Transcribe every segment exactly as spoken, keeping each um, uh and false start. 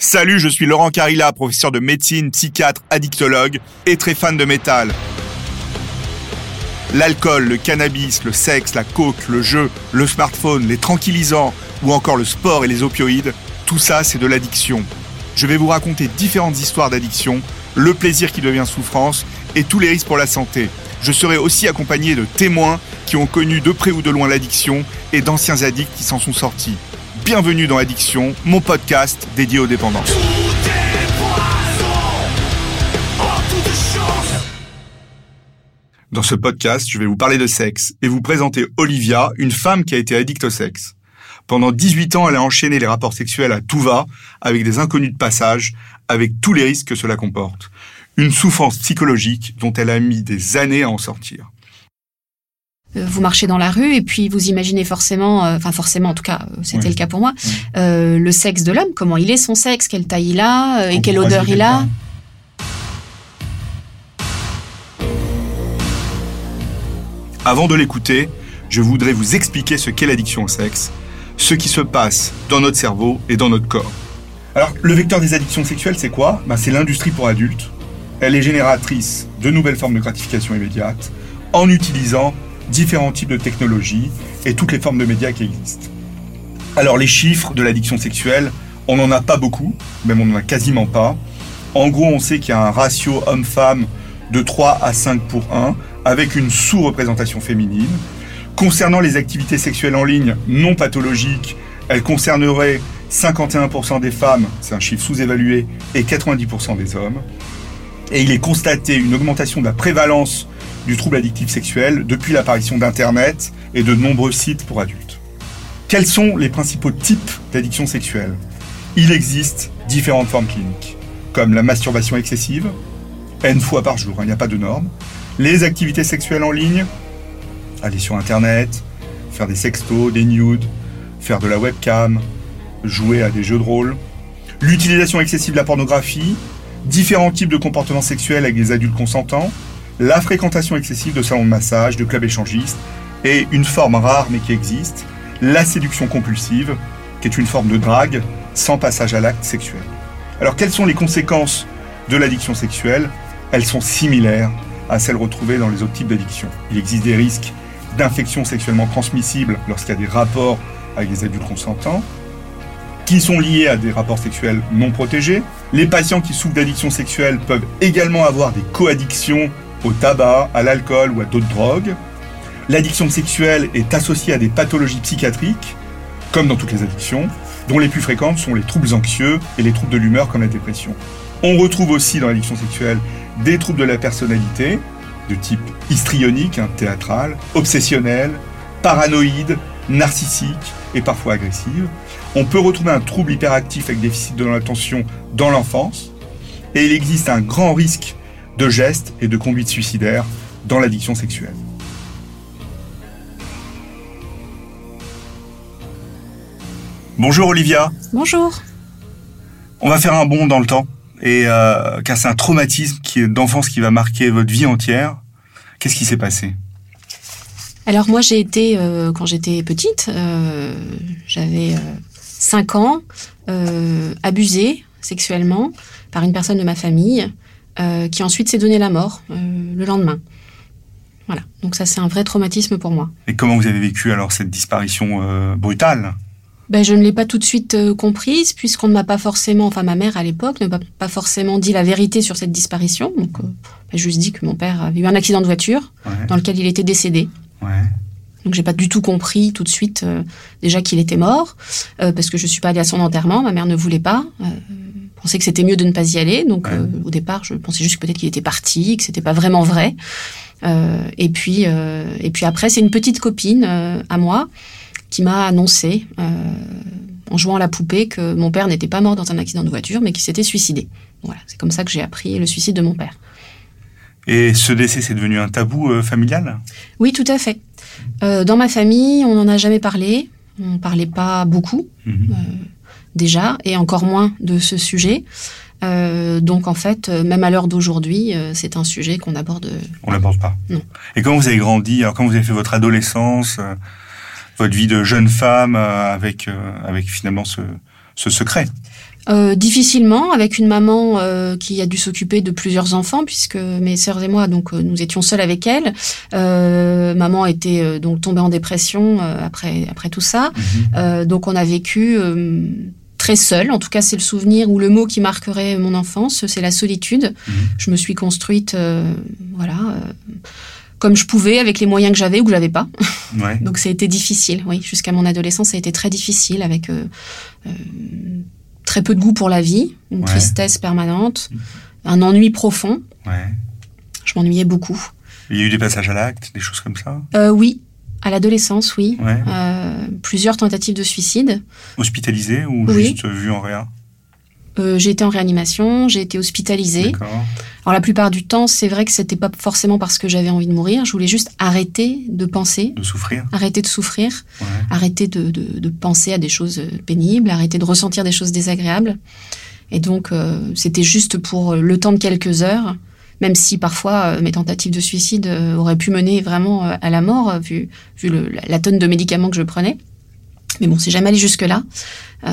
Salut, je suis Laurent Carilla, professeur de médecine, psychiatre, addictologue et très fan de métal. L'alcool, le cannabis, le sexe, la coke, le jeu, le smartphone, les tranquillisants ou encore le sport et les opioïdes, tout ça c'est de l'addiction. Je vais vous raconter différentes histoires d'addiction, le plaisir qui devient souffrance et tous les risques pour la santé. Je serai aussi accompagné de témoins qui ont connu de près ou de loin l'addiction et d'anciens addicts qui s'en sont sortis. Bienvenue dans Addiction, mon podcast dédié aux dépendances. Dans ce podcast, je vais vous parler de sexe et vous présenter Olivia, une femme qui a été addicte au sexe. Pendant dix-huit ans, elle a enchaîné les rapports sexuels à tout va, avec des inconnus de passage, avec tous les risques que cela comporte. Une souffrance psychologique dont elle a mis des années à en sortir. Vous marchez dans la rue et puis vous imaginez forcément, enfin euh, forcément en tout cas, c'était oui. le cas pour moi, oui. euh, le sexe de l'homme, comment il est son sexe, quelle taille il a euh, et quelle odeur il a. Avant de l'écouter, je voudrais vous expliquer ce qu'est l'addiction au sexe, ce qui se passe dans notre cerveau et dans notre corps. Alors, le vecteur des addictions sexuelles, c'est quoi ? Ben, c'est l'industrie pour adultes. Elle est génératrice de nouvelles formes de gratification immédiate en utilisant différents types de technologies et toutes les formes de médias qui existent. Alors, les chiffres de l'addiction sexuelle, on n'en a pas beaucoup, même on n'en a quasiment pas. En gros, on sait qu'il y a un ratio homme-femme de trois à cinq pour un, avec une sous-représentation féminine. Concernant les activités sexuelles en ligne non pathologiques, elles concerneraient cinquante et un pour cent des femmes, c'est un chiffre sous-évalué, et quatre-vingt-dix pour cent des hommes. Et il est constaté une augmentation de la prévalence du trouble addictif sexuel depuis l'apparition d'Internet et de nombreux sites pour adultes. Quels sont les principaux types d'addiction sexuelle ? Il existe différentes formes cliniques, comme la masturbation excessive, N fois par jour, il n'y a pas de norme, les activités sexuelles en ligne, aller sur Internet, faire des sextos, des nudes, faire de la webcam, jouer à des jeux de rôle, l'utilisation excessive de la pornographie, différents types de comportements sexuels avec des adultes consentants, la fréquentation excessive de salons de massage, de clubs échangistes, et une forme rare mais qui existe, la séduction compulsive, qui est une forme de drague sans passage à l'acte sexuel. Alors quelles sont les conséquences de l'addiction sexuelle ? Elles sont similaires à celles retrouvées dans les autres types d'addiction. Il existe des risques d'infections sexuellement transmissibles lorsqu'il y a des rapports avec des adultes consentants, qui sont liés à des rapports sexuels non protégés. Les patients qui souffrent d'addiction sexuelle peuvent également avoir des coaddictions au tabac, à l'alcool ou à d'autres drogues. L'addiction sexuelle est associée à des pathologies psychiatriques, comme dans toutes les addictions, dont les plus fréquentes sont les troubles anxieux et les troubles de l'humeur comme la dépression. On retrouve aussi dans l'addiction sexuelle des troubles de la personnalité, de type histrionique, hein, théâtral, obsessionnel, paranoïde, narcissique et parfois agressive. On peut retrouver un trouble hyperactif avec déficit de l'attention dans l'enfance. Et il existe un grand risque de gestes et de conduite suicidaire dans l'addiction sexuelle. Bonjour Olivia. Bonjour. On va faire un bond dans le temps, et euh, car c'est un traumatisme qui, d'enfance qui va marquer votre vie entière. Qu'est-ce qui s'est passé ? Alors moi j'ai été, euh, quand j'étais petite, euh, j'avais euh, cinq ans, euh, abusée sexuellement par une personne de ma famille, euh, qui ensuite s'est donné la mort euh, le lendemain. Voilà, donc ça c'est un vrai traumatisme pour moi. Et comment vous avez vécu alors cette disparition euh, brutale ? Ben, je ne l'ai pas tout de suite euh, comprise, puisqu'on ne m'a pas forcément, enfin ma mère à l'époque ne m'a pas forcément dit la vérité sur cette disparition. Donc, euh, ben, juste dit que mon père avait eu un accident de voiture, ouais, dans lequel il était décédé. Ouais. Donc j'ai pas du tout compris tout de suite euh, déjà qu'il était mort, euh, parce que je suis pas allée à son enterrement, ma mère ne voulait pas, euh, pensait que c'était mieux de ne pas y aller. Donc ouais. euh, au départ, je pensais juste que peut-être qu'il était parti, que c'était pas vraiment vrai. Euh, et puis euh, et puis après, c'est une petite copine euh, à moi qui m'a annoncé, euh, en jouant à la poupée, que mon père n'était pas mort dans un accident de voiture, mais qu'il s'était suicidé. Voilà, c'est comme ça que j'ai appris le suicide de mon père. Et ce décès, c'est devenu un tabou euh, familial ? Oui, tout à fait. Euh, dans ma famille, on n'en a jamais parlé. On ne parlait pas beaucoup, mmh. euh, déjà, et encore moins de ce sujet. Euh, donc, en fait, même à l'heure d'aujourd'hui, euh, c'est un sujet qu'on aborde... On l'aborde pas. Non. Et comment vous avez grandi ? Alors, comment vous avez fait votre adolescence, euh, votre vie de jeune femme, euh, avec, euh, avec finalement ce, ce secret ? Euh, difficilement, avec une maman euh, qui a dû s'occuper de plusieurs enfants, puisque mes sœurs et moi, donc, euh, nous étions seuls avec elle. Euh, maman était euh, donc tombée en dépression euh, après après tout ça. Mmh. Euh, donc on a vécu euh, très seul. En tout cas, c'est le souvenir ou le mot qui marquerait mon enfance, c'est la solitude. Mmh. Je me suis construite, euh, voilà. Euh, comme je pouvais, avec les moyens que j'avais ou que j'avais pas. Ouais. Donc ça a été difficile, oui. Jusqu'à mon adolescence, ça a été très difficile, avec euh, euh, très peu de goût pour la vie, une ouais. tristesse permanente, un ennui profond. Ouais. Je m'ennuyais beaucoup. Il y a eu des passages à l'acte, des choses comme ça ? euh, Oui, à l'adolescence, oui. Ouais. Euh, plusieurs tentatives de suicide. Hospitalisée ou oui. juste vue en réa ? Euh, j'ai été en réanimation, j'ai été hospitalisée. D'accord. Alors la plupart du temps, c'est vrai que c'était pas forcément parce que j'avais envie de mourir. Je voulais juste arrêter de penser. De souffrir. Arrêter de souffrir. Ouais. Arrêter de, de, de penser à des choses pénibles. Arrêter de ressentir des choses désagréables. Et donc, euh, c'était juste pour le temps de quelques heures. Même si parfois, euh, mes tentatives de suicide euh, auraient pu mener vraiment euh, à la mort, euh, vu, vu le, la, la tonne de médicaments que je prenais. Mais bon, c'est jamais allé jusque-là. Euh,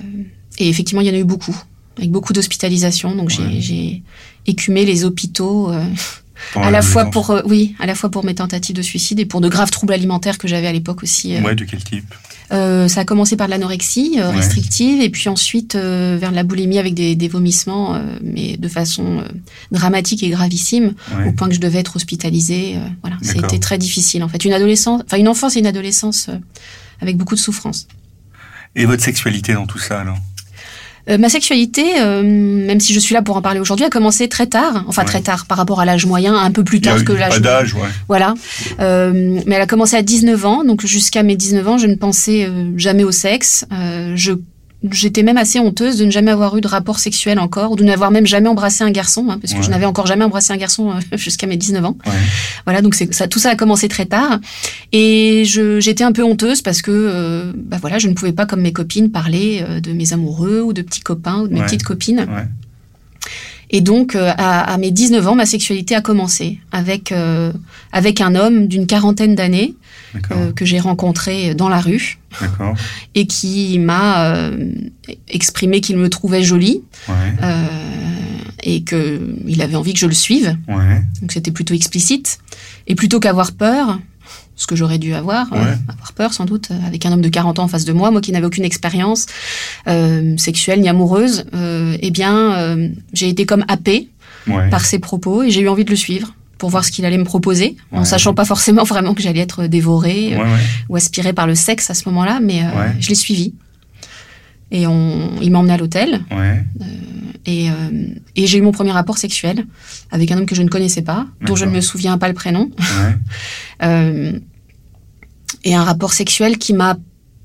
et effectivement, il y en a eu beaucoup. Avec beaucoup d'hospitalisations, donc ouais. j'ai, j'ai écumé les hôpitaux euh, à la fois pour euh, oui, à la fois pour mes tentatives de suicide et pour de graves troubles alimentaires que j'avais à l'époque aussi. Euh, ouais, de quel type ? euh, Ça a commencé par de l'anorexie euh, ouais. restrictive et puis ensuite euh, vers de la boulimie avec des, des vomissements, euh, mais de façon euh, dramatique et gravissime, ouais. au point que je devais être hospitalisée. Euh, voilà, D'accord. Ça a été très difficile en fait. Une adolescence, enfin une enfance et une adolescence euh, avec beaucoup de souffrance. Et votre sexualité dans tout ça alors ? Euh, ma sexualité, euh, même si je suis là pour en parler aujourd'hui, a commencé très tard. Enfin, ouais. très tard par rapport à l'âge moyen, un peu plus tard que l'âge pas d'âge, ouais. Voilà. Euh, mais elle a commencé à dix-neuf ans. Donc, jusqu'à mes dix-neuf ans, je ne pensais euh, jamais au sexe. Euh, je J'étais même assez honteuse de ne jamais avoir eu de rapport sexuel encore, ou de n'avoir même jamais embrassé un garçon, hein, parce que ouais. je n'avais encore jamais embrassé un garçon euh, jusqu'à mes dix-neuf ans. Ouais. Voilà, donc c'est, ça, tout ça a commencé très tard. Et je, j'étais un peu honteuse parce que euh, bah voilà, je ne pouvais pas, comme mes copines, parler euh, de mes amoureux ou de petits copains ou de mes ouais. petites copines. Ouais. Et donc, euh, à, à mes dix-neuf ans, ma sexualité a commencé avec, euh, avec un homme d'une quarantaine d'années euh, que j'ai rencontré dans la rue. D'accord. Et qui m'a euh, exprimé qu'il me trouvait jolie ouais. euh, et qu'il avait envie que je le suive. Ouais. Donc, c'était plutôt explicite. Et plutôt qu'avoir peur, ce que j'aurais dû avoir, ouais. euh, avoir peur sans doute, avec un homme de quarante ans en face de moi, moi qui n'avais aucune expérience euh, sexuelle ni amoureuse, euh, eh bien, euh, j'ai été comme happée ouais. par ses propos et j'ai eu envie de le suivre pour voir ce qu'il allait me proposer, ouais. en sachant pas forcément vraiment que j'allais être dévorée ouais, euh, ouais. ou aspirée par le sexe à ce moment-là, mais euh, ouais. je l'ai suivi. Et on, il m'a emmené à l'hôtel. Ouais. Euh, et, euh, et j'ai eu mon premier rapport sexuel avec un homme que je ne connaissais pas, D'accord. dont je ne me souviens pas le prénom. Ouais. euh, et un rapport sexuel qui m'a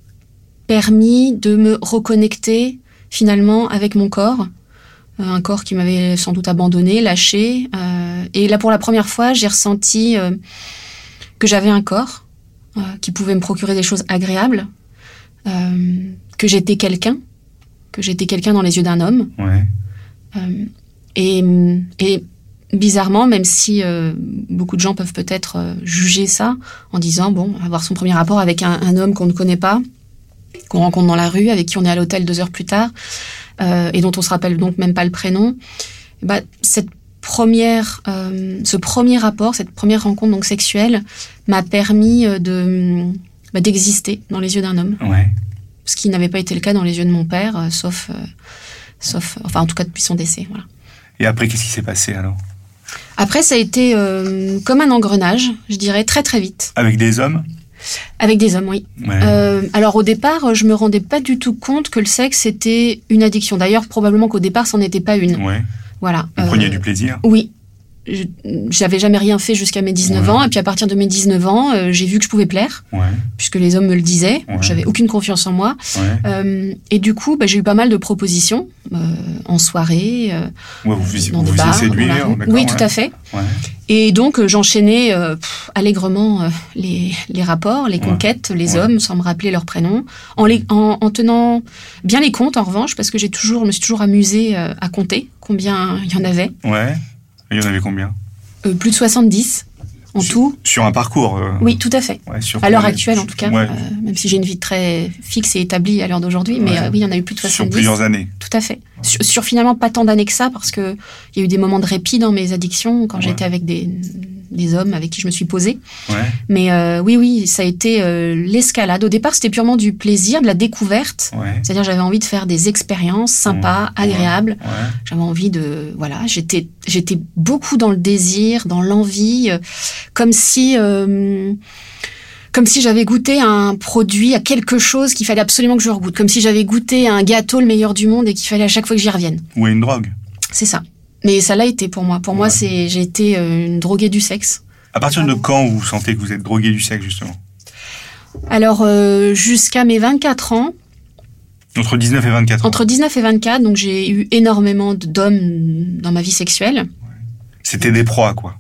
permis de me reconnecter finalement avec mon corps. Euh, un corps qui m'avait sans doute abandonné, lâché. Euh, et là, pour la première fois, j'ai ressenti euh, que j'avais un corps euh, qui pouvait me procurer des choses agréables. Euh, que j'étais quelqu'un, que j'étais quelqu'un dans les yeux d'un homme. Ouais. Euh, et, et bizarrement, même si euh, beaucoup de gens peuvent peut-être euh, juger ça en disant, bon, avoir son premier rapport avec un, un homme qu'on ne connaît pas, qu'on rencontre dans la rue, avec qui on est à l'hôtel deux heures plus tard, euh, et dont on se rappelle donc même pas le prénom, bah, cette première, euh, ce premier rapport, cette première rencontre donc sexuelle, m'a permis de, bah, d'exister dans les yeux d'un homme. Ouais. Ce qui n'avait pas été le cas dans les yeux de mon père, euh, sauf, euh, sauf, enfin en tout cas depuis son décès. Voilà. Et après, qu'est-ce qui s'est passé alors ? Après, ça a été euh, comme un engrenage, je dirais, très très vite. Avec des hommes ? Avec des hommes, oui. Ouais. Euh, alors au départ, je me rendais pas du tout compte que le sexe était une addiction. D'ailleurs, probablement qu'au départ, c'en était pas une. Ouais. Voilà. Vous euh, preniez du plaisir ? Oui. Je, j'avais jamais rien fait jusqu'à mes dix-neuf ouais. ans, et puis à partir de mes dix-neuf ans, euh, j'ai vu que je pouvais plaire, ouais. puisque les hommes me le disaient, ouais. j'avais aucune confiance en moi, ouais. euh, et du coup, bah, j'ai eu pas mal de propositions, euh, en soirée, euh, ouais, vous faisiez, dans vous des bars, séduire, oui, ouais. tout à fait, ouais. et donc euh, j'enchaînais euh, pff, allègrement euh, les, les rapports, les ouais. conquêtes, les ouais. hommes, sans me rappeler leurs prénoms, en, les, en, en tenant bien les comptes, en revanche, parce que j'ai toujours, je me suis toujours amusée euh, à compter combien il y en avait. Ouais. Il y en avait combien ? euh, Plus de soixante-dix. En sur, tout. Sur un parcours. Euh, oui, tout à fait. Ouais, sur à l'heure actuelle, en tout cas. Ouais. Euh, même si j'ai une vie très fixe et établie à l'heure d'aujourd'hui, mais ouais. euh, oui, il y en a eu plus de soixante-dix. Sur plusieurs années. Tout à fait. Ouais. Sur, sur finalement pas tant d'années que ça, parce que il y a eu des moments de répit dans mes addictions quand ouais. j'étais avec des, des hommes avec qui je me suis posée. Ouais. Mais euh, oui, oui, ça a été euh, l'escalade. Au départ, c'était purement du plaisir, de la découverte. Ouais. C'est-à-dire, j'avais envie de faire des expériences sympas, ouais. agréables. Ouais. J'avais envie de, voilà, j'étais, j'étais beaucoup dans le désir, dans l'envie, euh, comme si, euh, comme si j'avais goûté un produit, à quelque chose qu'il fallait absolument que je regoute. Comme si j'avais goûté un gâteau le meilleur du monde et qu'il fallait à chaque fois que j'y revienne. Ou une drogue. C'est ça. Mais ça l'a été pour moi. Pour ouais. moi, c'est, j'ai été euh, une droguée du sexe. À partir de quand vous sentez que vous êtes droguée du sexe, justement ? Alors, euh, jusqu'à mes vingt-quatre ans. Entre dix-neuf et vingt-quatre ans. Entre dix-neuf et vingt-quatre, donc j'ai eu énormément d'hommes dans ma vie sexuelle. Ouais. C'était des proies, quoi.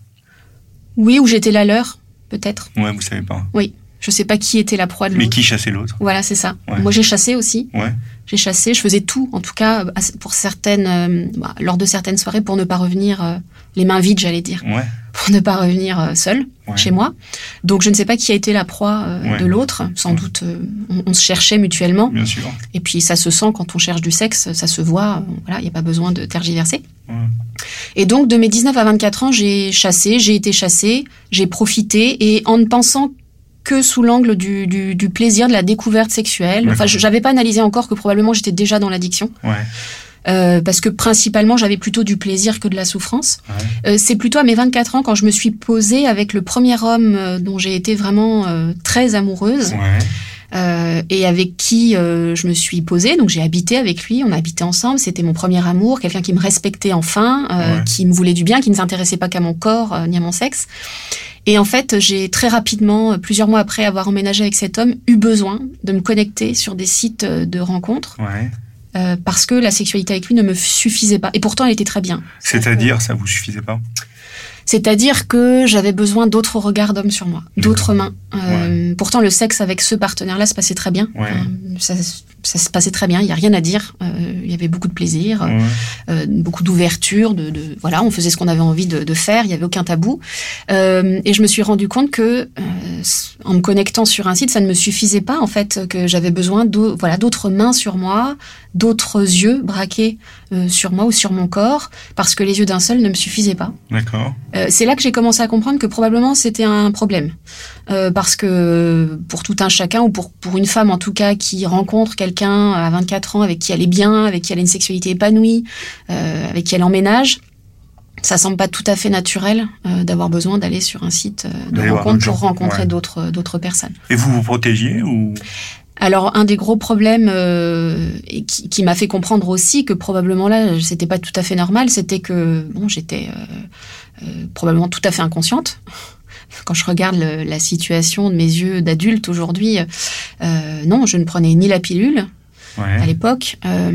Oui, ou j'étais la leur, peut-être. Ouais, vous savez pas. Oui. Je sais pas qui était la proie de l'autre. Mais qui chassait l'autre. Voilà, c'est ça. Ouais. Moi, j'ai chassé aussi. Ouais. J'ai chassé, je faisais tout, en tout cas, pour certaines, euh, bah, lors de certaines soirées, pour ne pas revenir euh, les mains vides, j'allais dire. Ouais. Pour ne pas revenir euh, seule, ouais. chez moi. Donc, je ne sais pas qui a été la proie euh, ouais. de l'autre. Sans ouais. doute, euh, on, on se cherchait mutuellement. Bien sûr. Et puis, ça se sent quand on cherche du sexe, ça se voit. Euh, voilà, il n'y a pas besoin de tergiverser. Ouais. Et donc, de mes dix-neuf à vingt-quatre ans, j'ai chassé, j'ai été chassée, j'ai profité, et en ne pensant que sous l'angle du, du, du plaisir, de la découverte sexuelle. D'accord. Enfin, je n'avais pas analysé encore que probablement j'étais déjà dans l'addiction. Ouais. Euh, parce que principalement, j'avais plutôt du plaisir que de la souffrance. Ouais. Euh, c'est plutôt à mes vingt-quatre ans, quand je me suis posée avec le premier homme euh, dont j'ai été vraiment euh, très amoureuse. Ouais. Euh, et avec qui euh, je me suis posée. Donc j'ai habité avec lui, on a habité ensemble, c'était mon premier amour, quelqu'un qui me respectait enfin, euh, ouais. qui me voulait du bien, qui ne s'intéressait pas qu'à mon corps euh, ni à mon sexe. Et en fait, j'ai très rapidement, plusieurs mois après avoir emménagé avec cet homme, eu besoin de me connecter sur des sites de rencontres. Ouais. Euh, parce que la sexualité avec lui ne me suffisait pas. Et pourtant, elle était très bien. C'est-à-dire, euh, ça vous suffisait pas ? C'est-à-dire que j'avais besoin d'autres regards d'hommes sur moi, d'autres mains. Euh, ouais. Pourtant, le sexe avec ce partenaire-là se passait très bien. Ouais. Euh, ça, ça se passait très bien, il n'y a rien à dire. Euh, il y avait beaucoup de plaisir, ouais. euh, beaucoup d'ouverture. De, de, voilà, on faisait ce qu'on avait envie de, de faire, il n'y avait aucun tabou. Euh, et je me suis rendu compte que, euh, en me connectant sur un site, ça ne me suffisait pas, en fait, que j'avais besoin d'au, voilà, d'autres mains sur moi, d'autres yeux braqués euh, sur moi ou sur mon corps, parce que les yeux d'un seul ne me suffisaient pas. D'accord. Euh, c'est là que j'ai commencé à comprendre que probablement c'était un problème. Euh, parce que pour tout un chacun, ou pour, pour une femme en tout cas, qui rencontre quelqu'un à vingt-quatre ans avec qui elle est bien, avec qui elle a une sexualité épanouie, euh, avec qui elle emménage, ça semble pas tout à fait naturel euh, d'avoir besoin d'aller sur un site euh, de D'aller rencontre pour rencontrer ouais. d'autres, d'autres personnes. Et vous vous protégiez ou... Alors, un des gros problèmes euh, et qui, qui m'a fait comprendre aussi que probablement là, c'était pas tout à fait normal, c'était que bon, j'étais euh, euh, probablement tout à fait inconsciente. Quand je regarde le, la situation de mes yeux d'adulte aujourd'hui, euh, non, je ne prenais ni la pilule ouais. à l'époque, euh,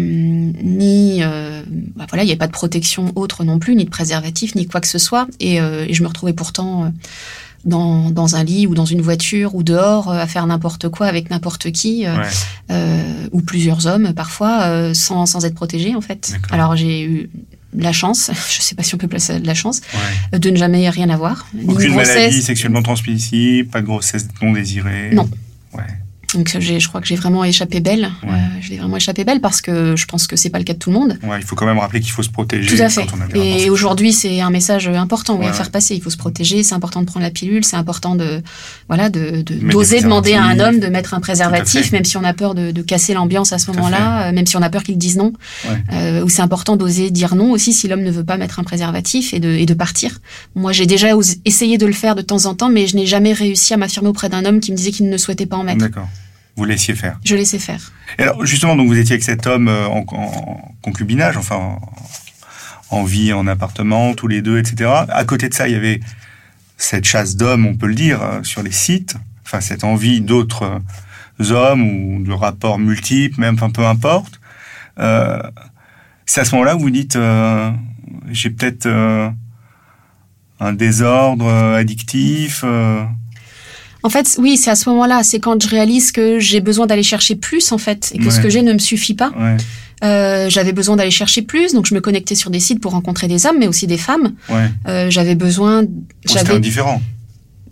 ni euh, bah voilà, il n'y avait pas de protection autre non plus, ni de préservatif, ni quoi que ce soit, et, euh, et je me retrouvais pourtant. Euh, Dans, dans un lit ou dans une voiture ou dehors euh, à faire n'importe quoi avec n'importe qui euh, ouais. euh, ou plusieurs hommes parfois euh, sans, sans être protégés en fait. D'accord. Alors j'ai eu la chance, je sais pas si on peut placer de la chance, ouais. de ne jamais rien avoir. Aucune maladie sexuellement transmissible, pas de grossesse non désirée. Non. Ouais. Donc j'ai, je crois que j'ai vraiment échappé belle. Ouais. Euh, j'ai vraiment échappé belle parce que je pense que c'est pas le cas de tout le monde. Ouais, il faut quand même rappeler qu'il faut se protéger. Tout à fait. Quand on a des Et aujourd'hui, c'est un message important ouais, ouais, à faire passer. Il faut se protéger. C'est important de prendre la pilule. C'est important de, voilà, de, de Mettre d'oser demander à un homme de mettre un Tout préservatif, même si on a peur de, de casser l'ambiance à ce Tout moment-là, même si on a peur qu'ils disent non. Ouais. Euh, ou c'est important d'oser dire non aussi si l'homme ne veut pas mettre un préservatif et de, et de partir. Moi, j'ai déjà osé, essayé de le faire de temps en temps, mais je n'ai jamais réussi à m'affirmer auprès d'un homme qui me disait qu'il ne souhaitait pas en mettre. D'accord. Vous laissiez faire. Je laissais faire. Et alors, justement, donc vous étiez avec cet homme en, en concubinage, enfin, en, en vie, en appartement, tous les deux, et cetera. À côté de ça, il y avait cette chasse d'hommes, on peut le dire, sur les sites. Enfin, cette envie d'autres hommes ou de rapports multiples, même, enfin, peu importe. Euh, c'est à ce moment-là que vous dites, euh, j'ai peut-être euh, un désordre addictif. Euh, En fait, oui, c'est à ce moment-là, c'est quand je réalise que j'ai besoin d'aller chercher plus, en fait, et que ouais. ce que j'ai ne me suffit pas. Ouais. Euh, j'avais besoin d'aller chercher plus, donc je me connectais sur des sites pour rencontrer des hommes, mais aussi des femmes. Ouais. Euh, j'avais besoin... Bon, j'avais... C'était indifférent.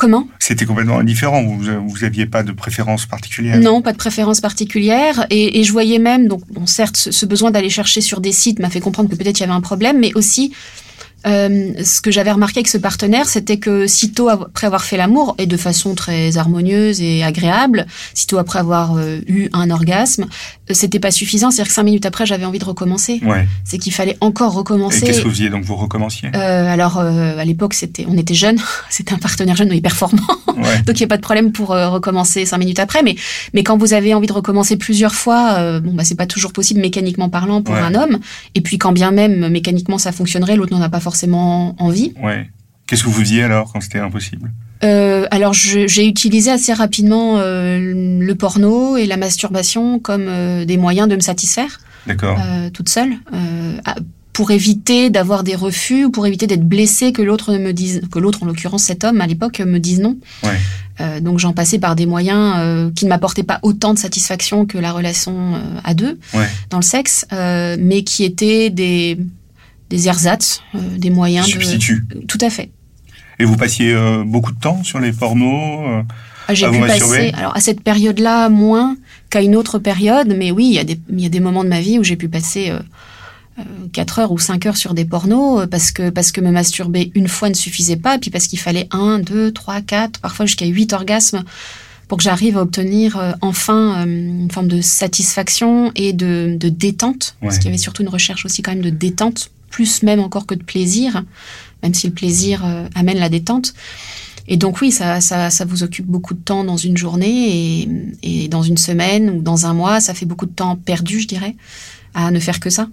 Comment ? C'était complètement indifférent. Vous, vous aviez pas de préférence particulière ? Non, pas de préférence particulière. Et, et je voyais même, donc, bon, certes, ce, ce besoin d'aller chercher sur des sites m'a fait comprendre que peut-être il y avait un problème, mais aussi, euh, ce que j'avais remarqué avec ce partenaire, c'était que sitôt après avoir fait l'amour, et de façon très harmonieuse et agréable, sitôt après avoir euh, eu un orgasme, euh, c'était pas suffisant. C'est-à-dire que cinq minutes après, j'avais envie de recommencer. Ouais. C'est qu'il fallait encore recommencer. Et qu'est-ce que vous faisiez donc ? Vous recommenciez ? euh, Alors, euh, à l'époque, c'était, on était jeunes. C'était un partenaire jeune, mais performant. Ouais. Donc, il n'y a pas de problème pour euh, recommencer cinq minutes après. Mais, mais quand vous avez envie de recommencer plusieurs fois, euh, bon, bah, c'est pas toujours possible mécaniquement parlant pour ouais. un homme. Et puis, quand bien même mécaniquement ça fonctionnerait, l'autre n'en a pas forcément envie. Ouais. Qu'est-ce que vous faisiez alors quand c'était impossible ? Euh, alors, je, j'ai utilisé assez rapidement euh, le porno et la masturbation comme euh, des moyens de me satisfaire. D'accord. Euh, toute seule. Euh, pour éviter d'avoir des refus ou pour éviter d'être blessée, que l'autre ne me dise, que l'autre, en l'occurrence cet homme à l'époque, me dise non. Ouais. Euh, donc j'en passais par des moyens euh, qui ne m'apportaient pas autant de satisfaction que la relation euh, à deux, ouais. dans le sexe, euh, mais qui étaient des, des ersatz, euh, des moyens des substituts. De... Tout à fait. Et vous passiez euh, beaucoup de temps sur les pornos euh, ah, J'ai à pu vous passer, masturber. alors à cette période-là, moins qu'à une autre période, mais oui, il y a des, il y a des moments de ma vie où j'ai pu passer... Euh, quatre heures ou cinq heures sur des pornos parce que, parce que me masturber une fois ne suffisait pas, puis parce qu'il fallait un, deux, trois, quatre, parfois jusqu'à huit orgasmes pour que j'arrive à obtenir euh, enfin euh, une forme de satisfaction et de, de détente, ouais. Parce qu'il y avait surtout une recherche aussi quand même de détente, plus même encore que de plaisir, même si le plaisir euh, amène la détente. Et donc oui, ça, ça, ça vous occupe beaucoup de temps dans une journée et, et dans une semaine ou dans un mois, ça fait beaucoup de temps perdu, je dirais, à ne faire que ça.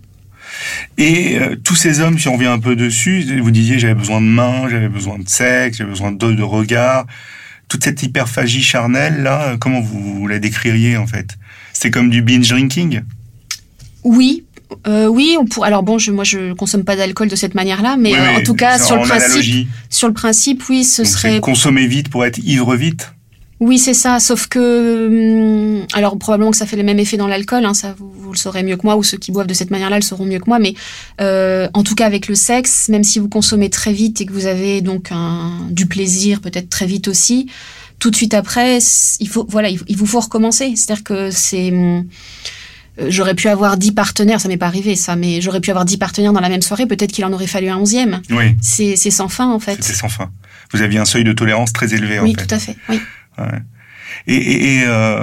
Et euh, tous ces hommes, si on revient un peu dessus, vous disiez j'avais besoin de mains, j'avais besoin de sexe, j'avais besoin de, de regard. Toute cette hyperphagie charnelle, là, comment vous, vous la décririez en fait ? C'est comme du binge drinking ? Oui. Euh, oui, on pour... alors bon, je, moi je consomme pas d'alcool de cette manière-là, mais, oui, euh, en tout cas sur en le principe, analogie. sur le principe, oui, ce Donc serait c'est consommer vite pour être ivre vite. Oui, c'est ça. Sauf que, hum, alors probablement que ça fait le même effet dans l'alcool. Hein, ça, vous, vous le saurez mieux que moi, ou ceux qui boivent de cette manière-là le sauront mieux que moi. Mais euh, en tout cas, avec le sexe, même si vous consommez très vite et que vous avez donc un, du plaisir, peut-être très vite aussi, tout de suite après, il faut, voilà, il, il vous faut recommencer. C'est-à-dire que c'est hum, j'aurais pu avoir dix partenaires, ça m'est pas arrivé ça, mais j'aurais pu avoir dix partenaires dans la même soirée, peut-être qu'il en aurait fallu un onzième. Oui. C'est, c'est sans fin en fait. C'était sans fin. Vous aviez un seuil de tolérance très élevé oui, en fait. Oui, tout à fait. Oui. Ouais. Et, et, et euh,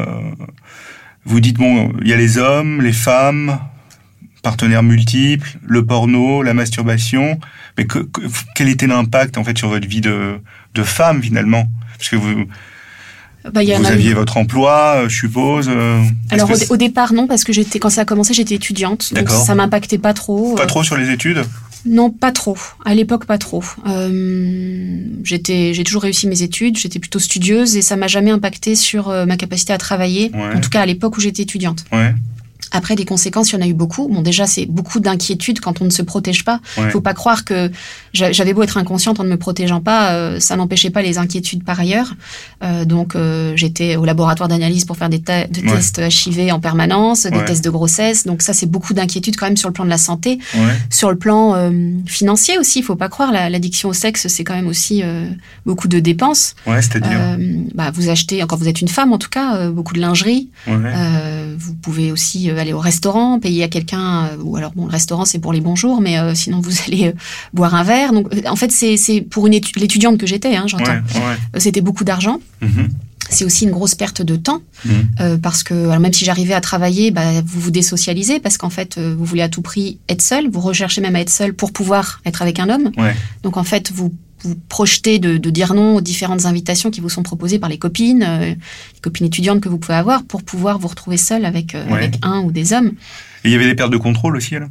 vous dites bon, il y a les hommes, les femmes, partenaires multiples, le porno, la masturbation. Mais que, que, quel était l'impact en fait sur votre vie de, de femme finalement ? Parce que vous Bah, y vous aviez eu... votre emploi, je suppose. Euh, Alors au, c... au départ non, parce que j'étais quand ça a commencé j'étais étudiante, donc ça m'impactait pas trop. Pas euh... trop sur les études ? Non, pas trop. À l'époque, pas trop. Euh, j'étais, j'ai toujours réussi mes études, j'étais plutôt studieuse et ça m'a jamais impacté sur euh, ma capacité à travailler. Ouais. En tout cas à l'époque où j'étais étudiante. Ouais. Après, des conséquences, il y en a eu beaucoup. Bon, déjà, c'est beaucoup d'inquiétude quand on ne se protège pas. Il ouais. faut pas croire que j'avais beau être inconsciente en ne me protégeant pas, euh, ça n'empêchait pas les inquiétudes par ailleurs. Euh, donc, euh, j'étais au laboratoire d'analyse pour faire des, ta- des ouais. tests H I V en permanence, des ouais. tests de grossesse. Donc ça, c'est beaucoup d'inquiétude quand même sur le plan de la santé. Ouais. Sur le plan euh, financier aussi, il faut pas croire, la, l'addiction au sexe, c'est quand même aussi euh, beaucoup de dépenses. Ouais, c'est-à-dire euh, bah, vous achetez, quand vous êtes une femme en tout cas, euh, beaucoup de lingerie. Ouais. Euh, vous pouvez aussi aller au restaurant, payer à quelqu'un, euh, ou alors bon, le restaurant c'est pour les bons jours, mais euh, sinon vous allez euh, boire un verre. Donc en fait c'est c'est pour une étu- l'étudiante que j'étais, hein, j'entends. Ouais, ouais. C'était beaucoup d'argent. Mm-hmm. C'est aussi une grosse perte de temps mmh. euh, parce que alors même si j'arrivais à travailler, bah, vous vous désocialisez parce qu'en fait euh, vous voulez à tout prix être seul, vous recherchez même à être seul pour pouvoir être avec un homme. Ouais. Donc en fait vous vous projetez de, de dire non aux différentes invitations qui vous sont proposées par les copines, euh, les copines étudiantes que vous pouvez avoir pour pouvoir vous retrouver seul avec euh, ouais. avec un ou des hommes. Et il y avait des pertes de contrôle aussi alors ?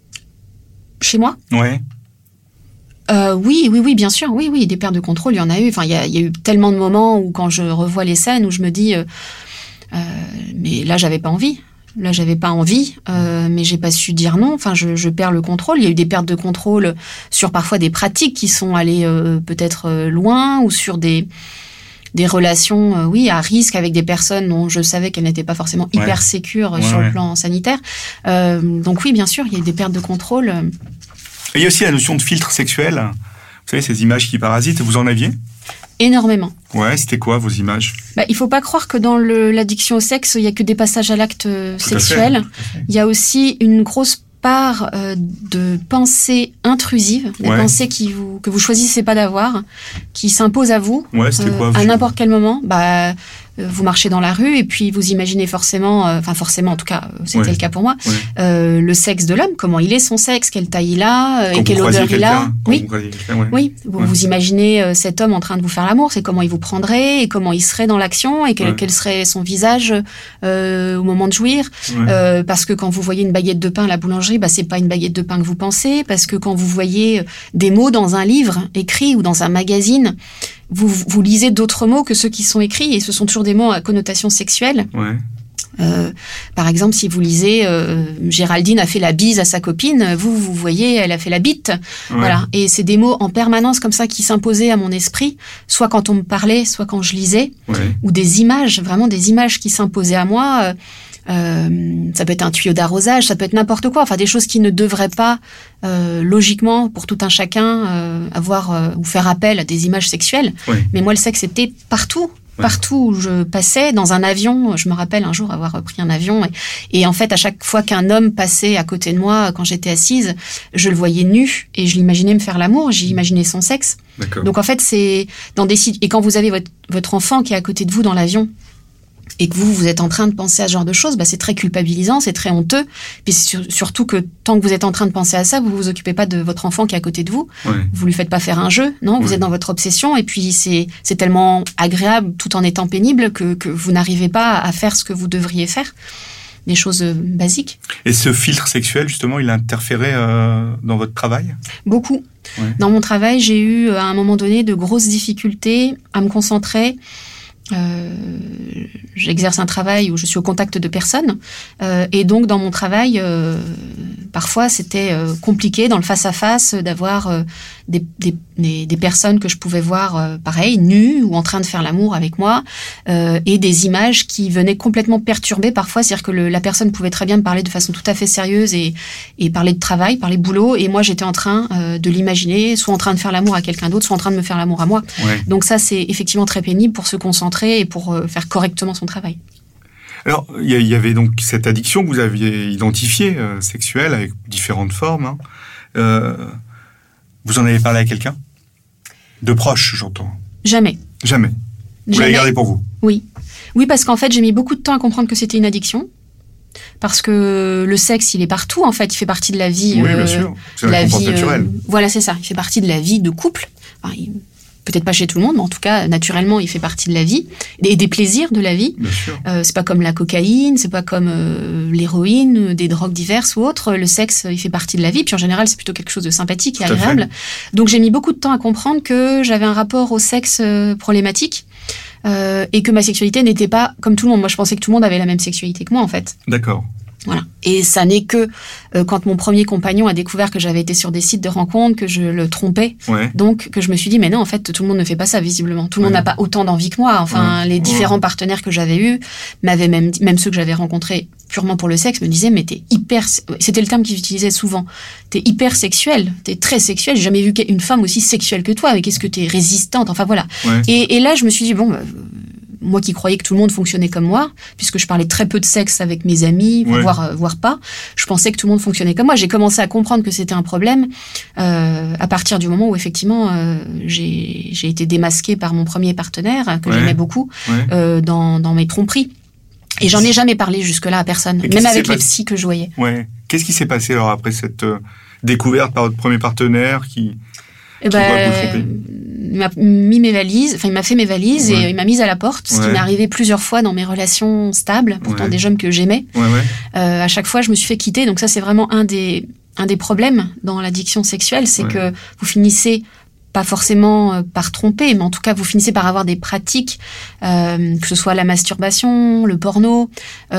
Chez moi ? Ouais. Euh, oui, oui, oui, bien sûr, oui, oui, des pertes de contrôle, il y en a eu. Enfin, il y a, il y a eu tellement de moments où, quand je revois les scènes, où je me dis, euh, euh, mais là, j'avais pas envie. Là, j'avais pas envie, euh, mais j'ai pas su dire non. Enfin, je, je perds le contrôle. Il y a eu des pertes de contrôle sur parfois des pratiques qui sont allées euh, peut-être euh, loin, ou sur des des relations, euh, oui, à risque avec des personnes dont je savais qu'elles n'étaient pas forcément hyper ouais. sécures ouais, sur ouais. le plan sanitaire. Euh, donc oui, bien sûr, il y a eu des pertes de contrôle. Il y a aussi la notion de filtre sexuel. savez, ces images qui parasitent, vous en aviez ? Énormément. Ouais, c'était quoi vos images ? Bah, il faut pas croire que dans le, l'addiction au sexe, il y a que des passages à l'acte euh, sexuel. Il y a aussi une grosse part euh, de pensées intrusives, des ouais. pensées qui vous, que vous choisissez pas d'avoir, qui s'imposent à vous ouais, c'était quoi, euh, à n'importe quel moment. Bah, vous marchez dans la rue et puis vous imaginez forcément, enfin euh, forcément en tout cas, c'était ouais. le cas pour moi, ouais. euh, le sexe de l'homme, comment il est son sexe, quelle taille il a, euh, et quelle odeur il a. Oui, ouais. oui. Vous, ouais. vous imaginez euh, cet homme en train de vous faire l'amour, c'est comment il vous prendrait et comment il serait dans l'action et quel, ouais. quel serait son visage euh, au moment de jouir. Ouais. Euh, parce que quand vous voyez une baguette de pain à la boulangerie, bah c'est pas une baguette de pain que vous pensez. Parce que quand vous voyez des mots dans un livre écrit ou dans un magazine, Vous, vous lisez d'autres mots que ceux qui sont écrits et ce sont toujours des mots à connotation sexuelle. Ouais. Euh, par exemple, si vous lisez euh, Géraldine a fait la bise à sa copine, vous, vous voyez, elle a fait la bite. Ouais. Voilà. Et c'est des mots en permanence comme ça qui s'imposaient à mon esprit, soit quand on me parlait, soit quand je lisais, ouais. ou des images, vraiment des images qui s'imposaient à moi. Euh, Euh, ça peut être un tuyau d'arrosage, ça peut être n'importe quoi, enfin des choses qui ne devraient pas euh, logiquement pour tout un chacun euh, avoir euh, ou faire appel à des images sexuelles. Oui. Mais moi le sexe c'était partout. Ouais. Partout où je passais, dans un avion, je me rappelle un jour avoir pris un avion et, et en fait à chaque fois qu'un homme passait à côté de moi quand j'étais assise, je le voyais nu et je l'imaginais me faire l'amour, j'imaginais son sexe. D'accord. Donc en fait c'est dans des et quand vous avez votre votre enfant qui est à côté de vous dans l'avion et que vous, vous êtes en train de penser à ce genre de choses, bah c'est très culpabilisant, c'est très honteux. Puis sur, surtout que tant que vous êtes en train de penser à ça, vous vous occupez pas de votre enfant qui est à côté de vous. Ouais. Vous lui faites pas faire un jeu, non. Ouais. Vous êtes dans votre obsession et puis c'est c'est tellement agréable tout en étant pénible que que vous n'arrivez pas à faire ce que vous devriez faire. Des choses basiques. Et ce filtre sexuel, justement, il a interféré euh, dans votre travail ? Beaucoup. Ouais. Dans mon travail, j'ai eu à un moment donné de grosses difficultés à me concentrer. Euh, j'exerce un travail où je suis au contact de personnes euh, et donc dans mon travail euh, parfois c'était euh, compliqué dans le face-à-face d'avoir euh, des, des, des, des personnes que je pouvais voir euh, pareil, nues ou en train de faire l'amour avec moi euh, et des images qui venaient complètement perturber parfois, c'est-à-dire que le, la personne pouvait très bien me parler de façon tout à fait sérieuse et, et parler de travail, parler boulot et moi j'étais en train euh, de l'imaginer soit en train de faire l'amour à quelqu'un d'autre, soit en train de me faire l'amour à moi. Ouais. Donc ça c'est effectivement très pénible pour se concentrer et pour faire correctement son travail. Alors, il y, y avait donc cette addiction que vous aviez identifiée, euh, sexuelle, avec différentes formes. Hein. Euh, vous en avez parlé à quelqu'un ? De proche, j'entends. Jamais. Jamais. Vous Jamais. l'avez gardé pour vous ? Oui. Oui, parce qu'en fait, j'ai mis beaucoup de temps à comprendre que c'était une addiction. Parce que le sexe, il est partout, en fait. Il fait partie de la vie. Oui, euh, bien sûr. C'est la, la vie naturelle. Euh, voilà, c'est ça. Il fait partie de la vie de couple. Enfin, il, peut-être pas chez tout le monde, mais en tout cas, naturellement, il fait partie de la vie et des plaisirs de la vie. Bien sûr. Euh, c'est pas comme la cocaïne, c'est pas comme euh, l'héroïne, des drogues diverses ou autres. Le sexe, il fait partie de la vie. Puis en général, c'est plutôt quelque chose de sympathique et tout agréable. Donc j'ai mis beaucoup de temps à comprendre que j'avais un rapport au sexe euh, problématique euh, et que ma sexualité n'était pas comme tout le monde. Moi, je pensais que tout le monde avait la même sexualité que moi, en fait. D'accord. Voilà. Et ça n'est que euh, quand mon premier compagnon a découvert que j'avais été sur des sites de rencontres, que je le trompais. Ouais. Donc, que je me suis dit, mais non, en fait, tout le monde ne fait pas ça, visiblement. Tout le ouais. monde n'a pas autant d'envie que moi. Enfin, ouais. les différents ouais. partenaires que j'avais eus m'avaient même dit, même ceux que j'avais rencontrés purement pour le sexe, me disaient, mais t'es hyper... C'était le terme qu'ils utilisaient souvent. T'es hyper sexuelle. T'es très sexuelle. J'ai jamais vu une femme aussi sexuelle que toi. Mais qu'est-ce que t'es résistante? Enfin, voilà. Ouais. Et, et là, je me suis dit, bon... Bah, moi qui croyais que tout le monde fonctionnait comme moi, puisque je parlais très peu de sexe avec mes amis, ouais. voire, euh, voire pas, je pensais que tout le monde fonctionnait comme moi. J'ai commencé à comprendre que c'était un problème euh, à partir du moment où effectivement euh, j'ai, j'ai été démasquée par mon premier partenaire, que ouais. j'aimais beaucoup, ouais. euh, dans, dans mes tromperies. Et j'en ai jamais parlé jusque-là à personne, même avec les psys que je voyais. Ouais. Qu'est-ce qui s'est passé alors après cette euh, découverte par votre premier partenaire qui... Eh ben, il m'a mis mes valises, enfin il m'a fait mes valises ouais. et il m'a mise à la porte, ce ouais. qui m'est arrivé plusieurs fois dans mes relations stables, pourtant ouais. des hommes que j'aimais. Ouais, ouais. Euh, à chaque fois, je me suis fait quitter. Donc ça, c'est vraiment un des un des problèmes dans l'addiction sexuelle, c'est ouais. que vous finissez pas forcément par tromper, mais en tout cas, vous finissez par avoir des pratiques, euh, que ce soit la masturbation, le porno.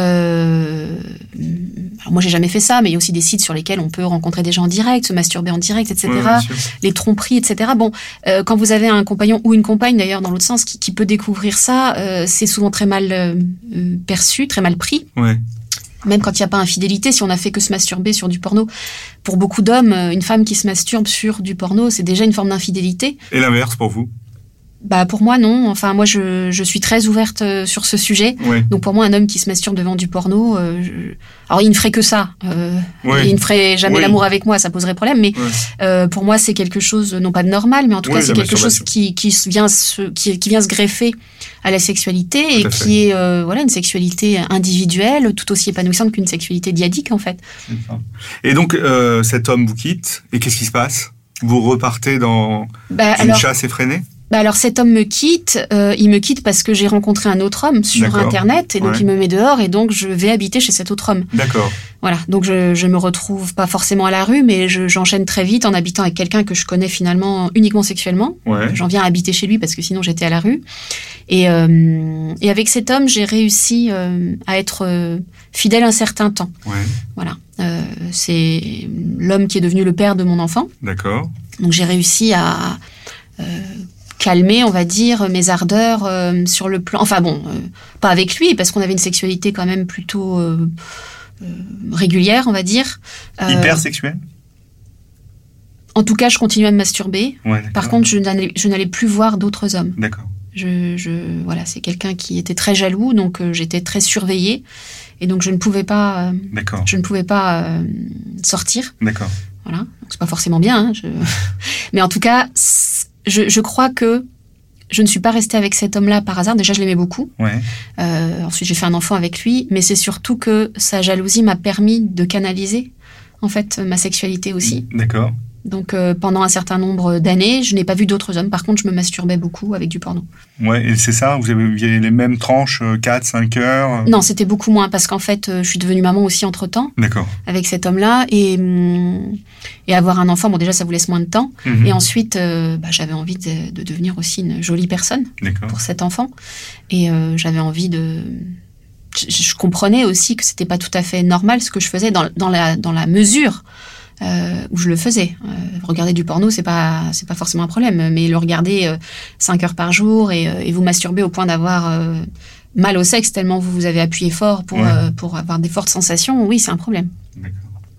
Euh, alors moi, j'ai jamais fait ça, mais il y a aussi des sites sur lesquels on peut rencontrer des gens en direct, se masturber en direct, et cetera. Ouais, les tromperies, et cetera. Bon, euh, quand vous avez un compagnon ou une compagne, d'ailleurs, dans l'autre sens, qui, qui peut découvrir ça, euh, c'est souvent très mal euh, perçu, très mal pris. Ouais. Même quand il n'y a pas infidélité, si on a fait que se masturber sur du porno, pour beaucoup d'hommes, une femme qui se masturbe sur du porno, c'est déjà une forme d'infidélité. Et l'inverse pour vous ? Bah pour moi non. Enfin moi je je suis très ouverte sur ce sujet. Oui. Donc pour moi un homme qui se masturbe devant du porno, euh, je... alors il ne ferait que ça. Euh, oui. Il ne ferait jamais oui. l'amour avec moi, ça poserait problème. Mais oui. euh, pour moi c'est quelque chose non pas de normal, mais en tout oui, cas c'est quelque chose qui qui vient se qui, qui vient se greffer à la sexualité tout et qui est euh, voilà une sexualité individuelle tout aussi épanouissante qu'une sexualité dyadique en fait. Et donc euh, cet homme vous quitte et qu'est-ce qui se passe ? Vous repartez dans bah, une alors... chasse effrénée ? Bah alors cet homme me quitte, euh, il me quitte parce que j'ai rencontré un autre homme sur D'accord. Internet et donc ouais. il me met dehors et donc je vais habiter chez cet autre homme. D'accord. Voilà, donc je je me retrouve pas forcément à la rue mais je, j'enchaîne très vite en habitant avec quelqu'un que je connais finalement uniquement sexuellement. Ouais. J'en viens à habiter chez lui parce que sinon j'étais à la rue. Et euh, et avec cet homme j'ai réussi euh, à être euh, fidèle un certain temps. Ouais. Voilà, euh, c'est l'homme qui est devenu le père de mon enfant. D'accord. Donc j'ai réussi à euh, calmer, on va dire, mes ardeurs euh, sur le plan... Enfin bon, euh, pas avec lui, parce qu'on avait une sexualité quand même plutôt euh, euh, régulière, on va dire. Euh, Hyper sexuelle ? En tout cas, je continuais à me masturber. Ouais, Par contre, je n'allais, je n'allais plus voir d'autres hommes. D'accord. Je, je, voilà, c'est quelqu'un qui était très jaloux, donc euh, j'étais très surveillée. Et donc, je ne pouvais pas, euh, D'accord. Je ne pouvais pas euh, sortir. D'accord. Voilà. Donc, c'est pas forcément bien. Hein, je... Mais en tout cas... Je, je crois que je ne suis pas restée avec cet homme-là par hasard. Déjà, je l'aimais beaucoup. Ouais. Euh, ensuite, j'ai fait un enfant avec lui. Mais c'est surtout que sa jalousie m'a permis de canaliser, en fait, ma sexualité aussi. D'accord. Donc, euh, pendant un certain nombre d'années, je n'ai pas vu d'autres hommes. Par contre, je me masturbais beaucoup avec du porno. Ouais, et c'est ça ? Vous aviez les mêmes tranches, quatre, cinq heures ? Non, c'était beaucoup moins, parce qu'en fait, je suis devenue maman aussi entre-temps. D'accord. Avec cet homme-là. Et, et avoir un enfant, bon, déjà, ça vous laisse moins de temps. Mm-hmm. Et ensuite, euh, bah, j'avais envie de, de devenir aussi une jolie personne D'accord. pour cet enfant. Et euh, j'avais envie de... Je, je comprenais aussi que c'était pas tout à fait normal ce que je faisais dans, dans, la, dans la mesure... Euh, où je le faisais. Euh, regarder du porno, c'est pas c'est pas forcément un problème, mais le regarder euh, cinq heures par jour et, euh, et vous masturber au point d'avoir euh, mal au sexe tellement vous vous avez appuyé fort pour ouais. euh, pour avoir des fortes sensations, oui, c'est un problème. D'accord.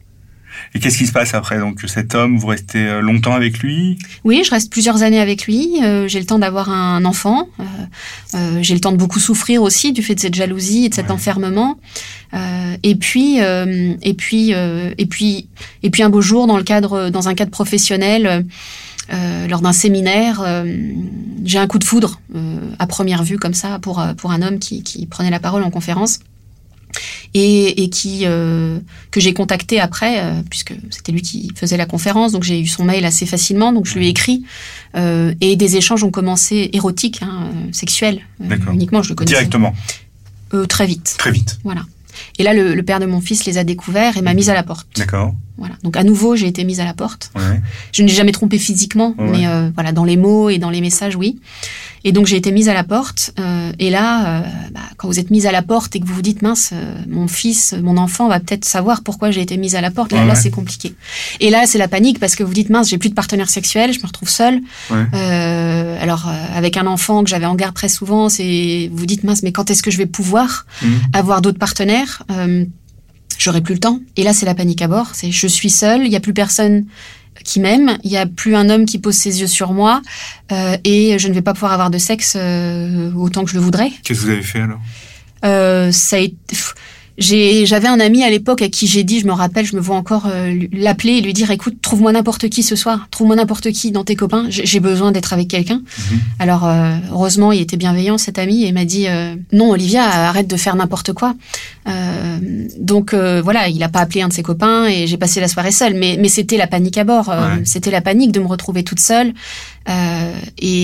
Et qu'est-ce qui se passe après ? Donc cet homme, vous restez longtemps avec lui ? Oui, je reste plusieurs années avec lui. Euh, j'ai le temps d'avoir un enfant. Euh, euh, j'ai le temps de beaucoup souffrir aussi du fait de cette jalousie et de cet ouais. enfermement. Euh, et puis, euh, et puis, euh, et puis, et puis un beau jour, dans le cadre, dans un cadre professionnel, euh, lors d'un séminaire, euh, j'ai un coup de foudre euh, à première vue comme ça pour pour un homme qui qui prenait la parole en conférence. Et, et qui euh, que j'ai contacté après euh, puisque c'était lui qui faisait la conférence, donc j'ai eu son mail assez facilement, donc je lui ai écrit euh, et des échanges ont commencé érotiques, hein, sexuels euh, uniquement, je le connaissais directement euh, très vite très vite voilà. Et là le, le père de mon fils les a découverts et m'a mise à la porte. D'accord. Voilà, donc à nouveau j'ai été mise à la porte. Ouais. Je n'ai jamais trompé physiquement, ouais. mais euh, voilà, dans les mots et dans les messages, oui. Et donc j'ai été mise à la porte. Euh, et là, euh, bah, quand vous êtes mise à la porte et que vous vous dites mince, euh, mon fils, mon enfant va peut-être savoir pourquoi j'ai été mise à la porte. Là, ouais. là c'est compliqué. Et là c'est la panique parce que vous dites mince, j'ai plus de partenaire sexuel, je me retrouve seule. Ouais. Euh, alors euh, avec un enfant que j'avais en garde très souvent, c'est vous vous dites mince, mais quand est-ce que je vais pouvoir mmh. avoir d'autres partenaires? euh, J'aurai plus le temps. Et là, c'est la panique à bord. C'est je suis seule, il y a plus personne qui m'aime, il y a plus un homme qui pose ses yeux sur moi, euh, et je ne vais pas pouvoir avoir de sexe euh, autant que je le voudrais. Qu'est-ce que vous avez fait alors ? euh, Ça a été... J'ai, j'avais un ami à l'époque à qui j'ai dit, je me rappelle, je me vois encore euh, l'appeler et lui dire, écoute, trouve-moi n'importe qui ce soir, trouve-moi n'importe qui dans tes copains, j'ai, j'ai besoin d'être avec quelqu'un. Mm-hmm. Alors, euh, heureusement, il était bienveillant, cet ami, et il m'a dit, euh, non, Olivia, arrête de faire n'importe quoi. Euh, donc, euh, voilà, il a pas appelé un de ses copains et j'ai passé la soirée seule, mais, mais c'était la panique à bord, euh, ouais. C'était la panique de me retrouver toute seule. Euh, et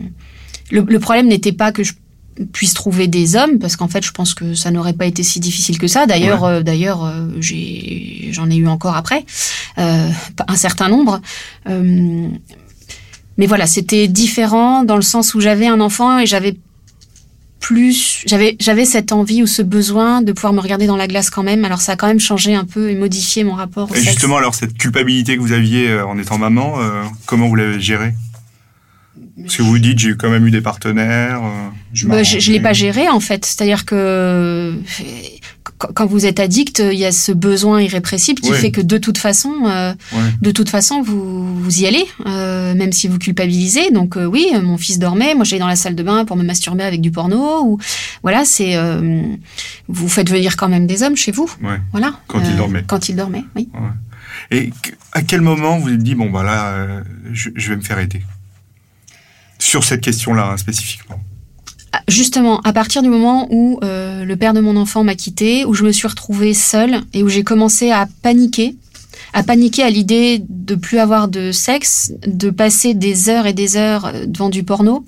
le, le problème n'était pas que je puisse trouver des hommes, parce qu'en fait je pense que ça n'aurait pas été si difficile que ça. D'ailleurs, ouais. euh, d'ailleurs euh, j'ai, j'en ai eu encore après euh, un certain nombre. Euh, mais voilà, c'était différent dans le sens où j'avais un enfant et j'avais plus, j'avais, j'avais cette envie ou ce besoin de pouvoir me regarder dans la glace quand même. Alors ça a quand même changé un peu et modifié mon rapport au sexe. Et justement, alors cette culpabilité que vous aviez en étant maman, euh, comment vous l'avez gérée ? Parce que vous dites, j'ai quand même eu des partenaires. Euh, je bah, je, je l'ai pas géré en fait. C'est-à-dire que quand vous êtes addict, il y a ce besoin irrépressible qui ouais. fait que de toute façon, euh, ouais. de toute façon, vous, vous y allez, euh, même si vous culpabilisez. Donc euh, oui, mon fils dormait, moi j'allais dans la salle de bain pour me masturber avec du porno. Ou voilà, c'est euh, vous faites venir quand même des hommes chez vous. Ouais. Voilà. Quand euh, il dormait. Quand il dormait, oui. Ouais. Et à quel moment vous vous êtes dit bon bah là, euh, je, je vais me faire aider sur cette question-là hein, spécifiquement? Justement, à partir du moment où euh, le père de mon enfant m'a quittée, où je me suis retrouvée seule et où j'ai commencé à paniquer, à paniquer à l'idée de plus avoir de sexe, de passer des heures et des heures devant du porno,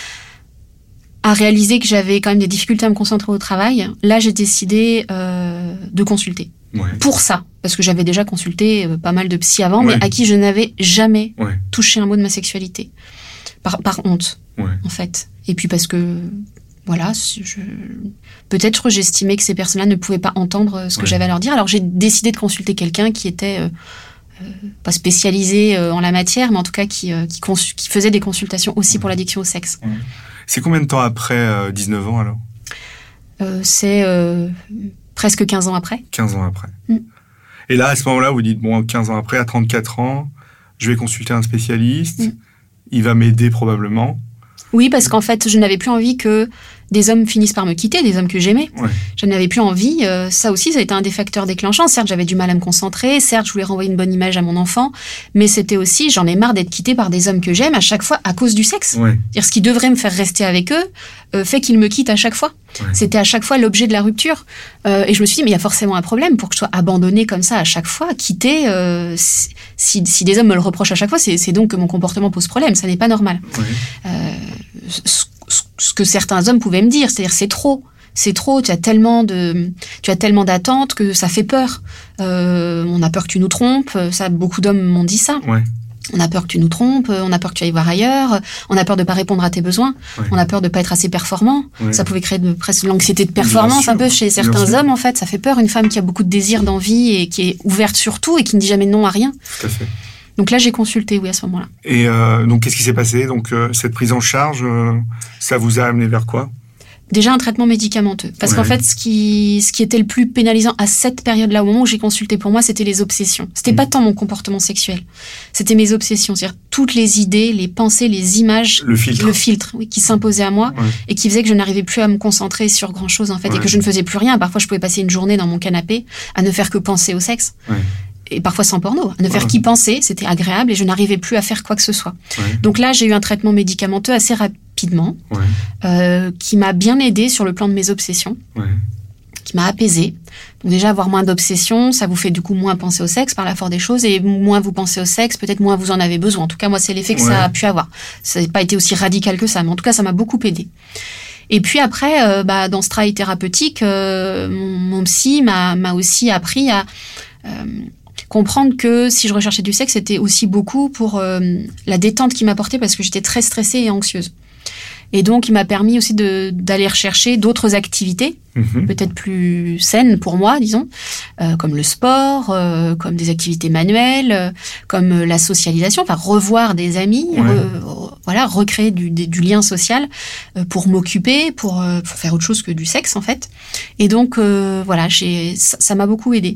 à réaliser que j'avais quand même des difficultés à me concentrer au travail, là j'ai décidé euh, de consulter. Ouais. Pour ça, parce que j'avais déjà consulté euh, pas mal de psy avant, ouais. mais à qui je n'avais jamais ouais. touché un mot de ma sexualité. Par, par honte, ouais. en fait. Et puis parce que, voilà, je, peut-être j'estimais que ces personnes-là ne pouvaient pas entendre ce que ouais. j'avais à leur dire. Alors j'ai décidé de consulter quelqu'un qui était euh, euh, pas spécialisé euh, en la matière, mais en tout cas qui, euh, qui, consu- qui faisait des consultations aussi ouais. pour l'addiction au sexe. Ouais. C'est combien de temps après euh, dix-neuf ans alors euh, C'est euh, presque quinze ans après. quinze ans après. Mm. Et là, à ce moment-là, vous dites, bon, quinze ans après, à trente-quatre ans, je vais consulter un spécialiste, mm. il va m'aider probablement. Oui, parce qu'en fait, je n'avais plus envie que des hommes finissent par me quitter, des hommes que j'aimais. Ouais. Je n'avais plus envie. Euh, ça aussi, ça a été un des facteurs déclenchants. Certes, j'avais du mal à me concentrer. Certes, je voulais renvoyer une bonne image à mon enfant. Mais c'était aussi, j'en ai marre d'être quittée par des hommes que j'aime à chaque fois à cause du sexe. Ouais. C'est-à-dire, ce qui devrait me faire rester avec eux euh, fait qu'ils me quittent à chaque fois. Ouais. C'était à chaque fois l'objet de la rupture. Euh, et je me suis dit, mais il y a forcément un problème pour que je sois abandonnée comme ça à chaque fois, quittée. Euh, si, si des hommes me le reprochent à chaque fois, c'est, c'est donc que mon comportement pose problème. Ça n'est pas normal. Ouais. Euh, ce, ce que certains hommes pouvaient me dire, c'est-à-dire c'est trop, c'est trop, tu as tellement de, tu as tellement d'attentes que ça fait peur. Euh, on a peur que tu nous trompes, ça, beaucoup d'hommes m'ont dit ça. Ouais. On a peur que tu nous trompes, on a peur que tu ailles voir ailleurs, on a peur de pas répondre à tes besoins, ouais. on a peur de pas être assez performant. Ouais. Ça pouvait créer de, presque l'anxiété de performance un peu chez certains hommes en fait. Ça fait peur, une femme qui a beaucoup de désir, d'envie et qui est ouverte sur tout et qui ne dit jamais non à rien. Tout à fait. Donc là, j'ai consulté, oui, à ce moment-là. Et euh, donc, qu'est-ce qui s'est passé? Donc, euh, cette prise en charge, euh, ça vous a amené vers quoi? Déjà un traitement médicamenteux. Parce ouais. qu'en fait, ce qui, ce qui était le plus pénalisant à cette période-là, au moment où j'ai consulté pour moi, c'était les obsessions. C'était mmh. pas tant mon comportement sexuel. C'était mes obsessions. C'est-à-dire toutes les idées, les pensées, les images. Le filtre. Le filtre, oui, qui s'imposait à moi ouais. et qui faisait que je n'arrivais plus à me concentrer sur grand-chose, en fait, ouais. et que je ne faisais plus rien. Parfois, je pouvais passer une journée dans mon canapé à ne faire que penser au sexe. Ouais. Et parfois sans porno, à ne faire ouais. qu'y penser, c'était agréable et je n'arrivais plus à faire quoi que ce soit. Ouais. Donc là, j'ai eu un traitement médicamenteux assez rapidement, ouais. euh, qui m'a bien aidée sur le plan de mes obsessions, ouais. qui m'a apaisée. Donc déjà, avoir moins d'obsessions, ça vous fait du coup moins penser au sexe par la force des choses, et moins vous pensez au sexe, peut-être moins vous en avez besoin. En tout cas, moi, c'est l'effet que ouais. ça a pu avoir. Ça n'a pas été aussi radical que ça, mais en tout cas, ça m'a beaucoup aidée. Et puis après, euh, bah, dans ce travail thérapeutique, euh, mon, mon psy m'a, m'a aussi appris à... Euh, comprendre que si je recherchais du sexe, c'était aussi beaucoup pour euh, la détente qu'il m'apportait parce que j'étais très stressée et anxieuse. Et donc, il m'a permis aussi de, d'aller rechercher d'autres activités, mmh. peut-être plus saines pour moi, disons, euh, comme le sport, euh, comme des activités manuelles, euh, comme la socialisation, enfin revoir des amis, ouais. re, voilà, recréer du, du, du lien social euh, pour m'occuper, pour, euh, pour faire autre chose que du sexe en fait. Et donc, euh, voilà, j'ai, ça, ça m'a beaucoup aidée.